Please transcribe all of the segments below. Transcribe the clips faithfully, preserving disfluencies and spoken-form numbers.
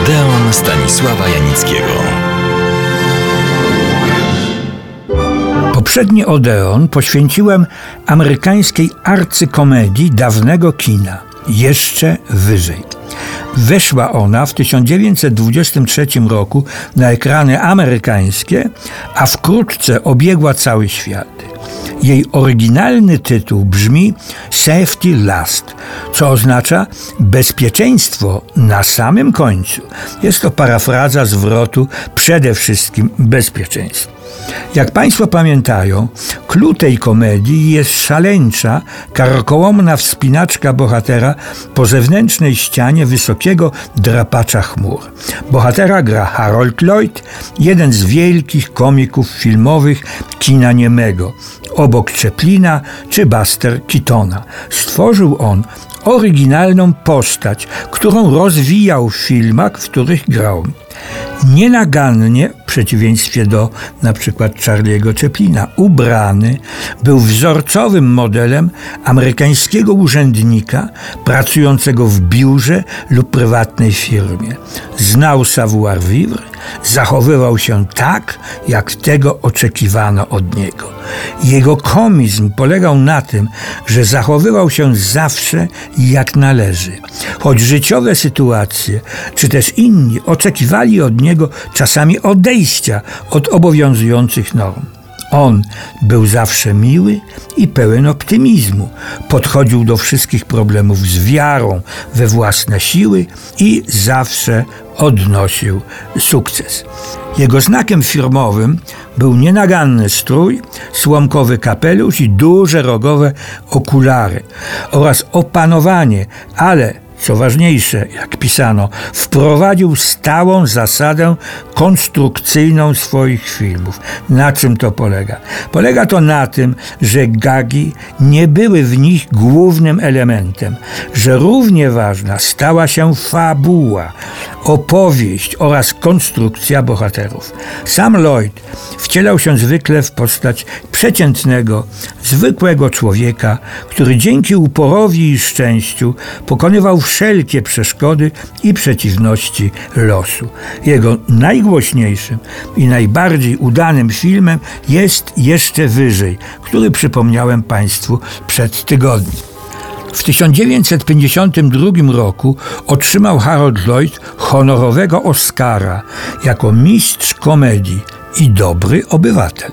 Odeon Stanisława Janickiego. Poprzedni Odeon poświęciłem amerykańskiej arcykomedii dawnego kina, Jeszcze wyżej. Weszła ona w tysiąc dziewięćset dwudziestym trzecim roku na ekrany amerykańskie, a wkrótce obiegła cały świat. Jej oryginalny tytuł brzmi Safety Last, co oznacza bezpieczeństwo na samym końcu. Jest to parafraza zwrotu przede wszystkim bezpieczeństwo. Jak Państwo pamiętają, clou tej komedii jest szaleńcza, karkołomna wspinaczka bohatera po zewnętrznej ścianie wysokiego drapacza chmur. Bohatera gra Harold Lloyd, jeden z wielkich komików filmowych kina niemego, obok Chaplina czy Buster Keatona. Stworzył on oryginalną postać, którą rozwijał w filmach, w których grał. Nienagannie, w przeciwieństwie do na przykład Charlie'ego Chaplina, ubrany, był wzorcowym modelem amerykańskiego urzędnika pracującego w biurze lub prywatnej firmie. Znał savoir-vivre, zachowywał się tak, jak tego oczekiwano od niego. Jego komizm polegał na tym, że zachowywał się zawsze jak należy, choć życiowe sytuacje, czy też inni oczekiwali od niego czasami odejścia od obowiązujących norm. On był zawsze miły i pełen optymizmu. Podchodził do wszystkich problemów z wiarą we własne siły i zawsze odnosił sukces. Jego znakiem firmowym był nienaganny strój, słomkowy kapelusz i duże rogowe okulary oraz opanowanie, ale co ważniejsze, jak pisano, wprowadził stałą zasadę konstrukcyjną swoich filmów. Na czym to polega? Polega to na tym, że gagi nie były w nich głównym elementem, że równie ważna stała się fabuła, opowieść oraz konstrukcja bohaterów. Sam Lloyd wcielał się zwykle w postać przeciętnego, zwykłego człowieka, który dzięki uporowi i szczęściu pokonywał wszelkie przeszkody i przeciwności losu. Jego najgłośniejszym i najbardziej udanym filmem jest Jeszcze wyżej, który przypomniałem Państwu przed tygodniem. W tysiąc dziewięćset pięćdziesiątym drugim roku otrzymał Harold Lloyd honorowego Oscara jako mistrz komedii i dobry obywatel.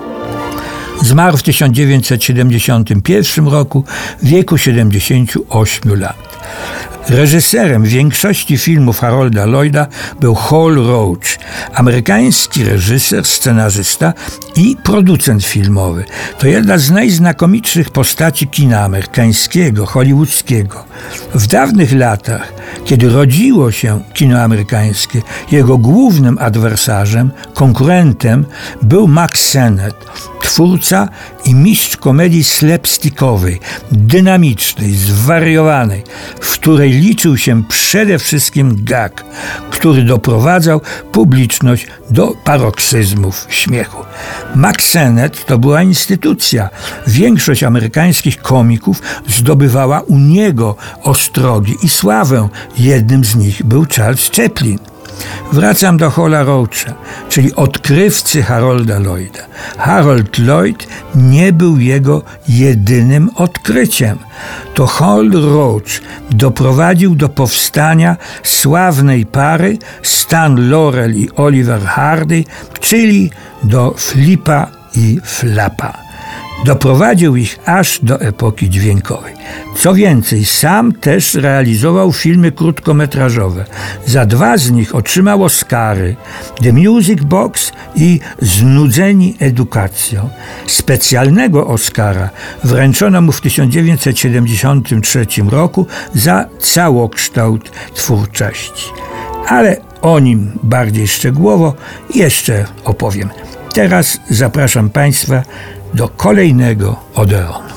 Zmarł w tysiąc dziewięćset siedemdziesiątym pierwszym roku w wieku siedemdziesięciu ośmiu lat. Reżyserem większości filmów Harolda Lloyda był Hal Roach, amerykański reżyser, scenarzysta i producent filmowy. To jedna z najznakomitszych postaci kina amerykańskiego, hollywoodzkiego. W dawnych latach, kiedy rodziło się kino amerykańskie, jego głównym adwersarzem, konkurentem był Mack Sennett, twórca i mistrz komedii slapstickowej, dynamicznej, zwariowanej, w której liczył się przede wszystkim gag, który doprowadzał publiczność do paroksyzmów śmiechu. Mack Sennett to była instytucja. Większość amerykańskich komików zdobywała u niego ostrogi i sławę. Jednym z nich był Charles Chaplin. Wracam do Hala Roacha, czyli odkrywcy Harolda Lloyda. Harold Lloyd nie był jego jedynym odkryciem. To Hal Roach doprowadził do powstania sławnej pary Stan Laurel i Oliver Hardy, czyli do Flipa i Flapa. Doprowadził ich aż do epoki dźwiękowej. Co więcej, sam też realizował filmy krótkometrażowe. Za dwa z nich otrzymał Oscary: The Music Box i Znudzeni edukacją. Specjalnego Oscara wręczono mu w tysiąc dziewięćset siedemdziesiątym trzecim roku za całokształt twórczości. Ale o nim bardziej szczegółowo jeszcze opowiem. Teraz zapraszam Państwa do kolejnego Odeonu.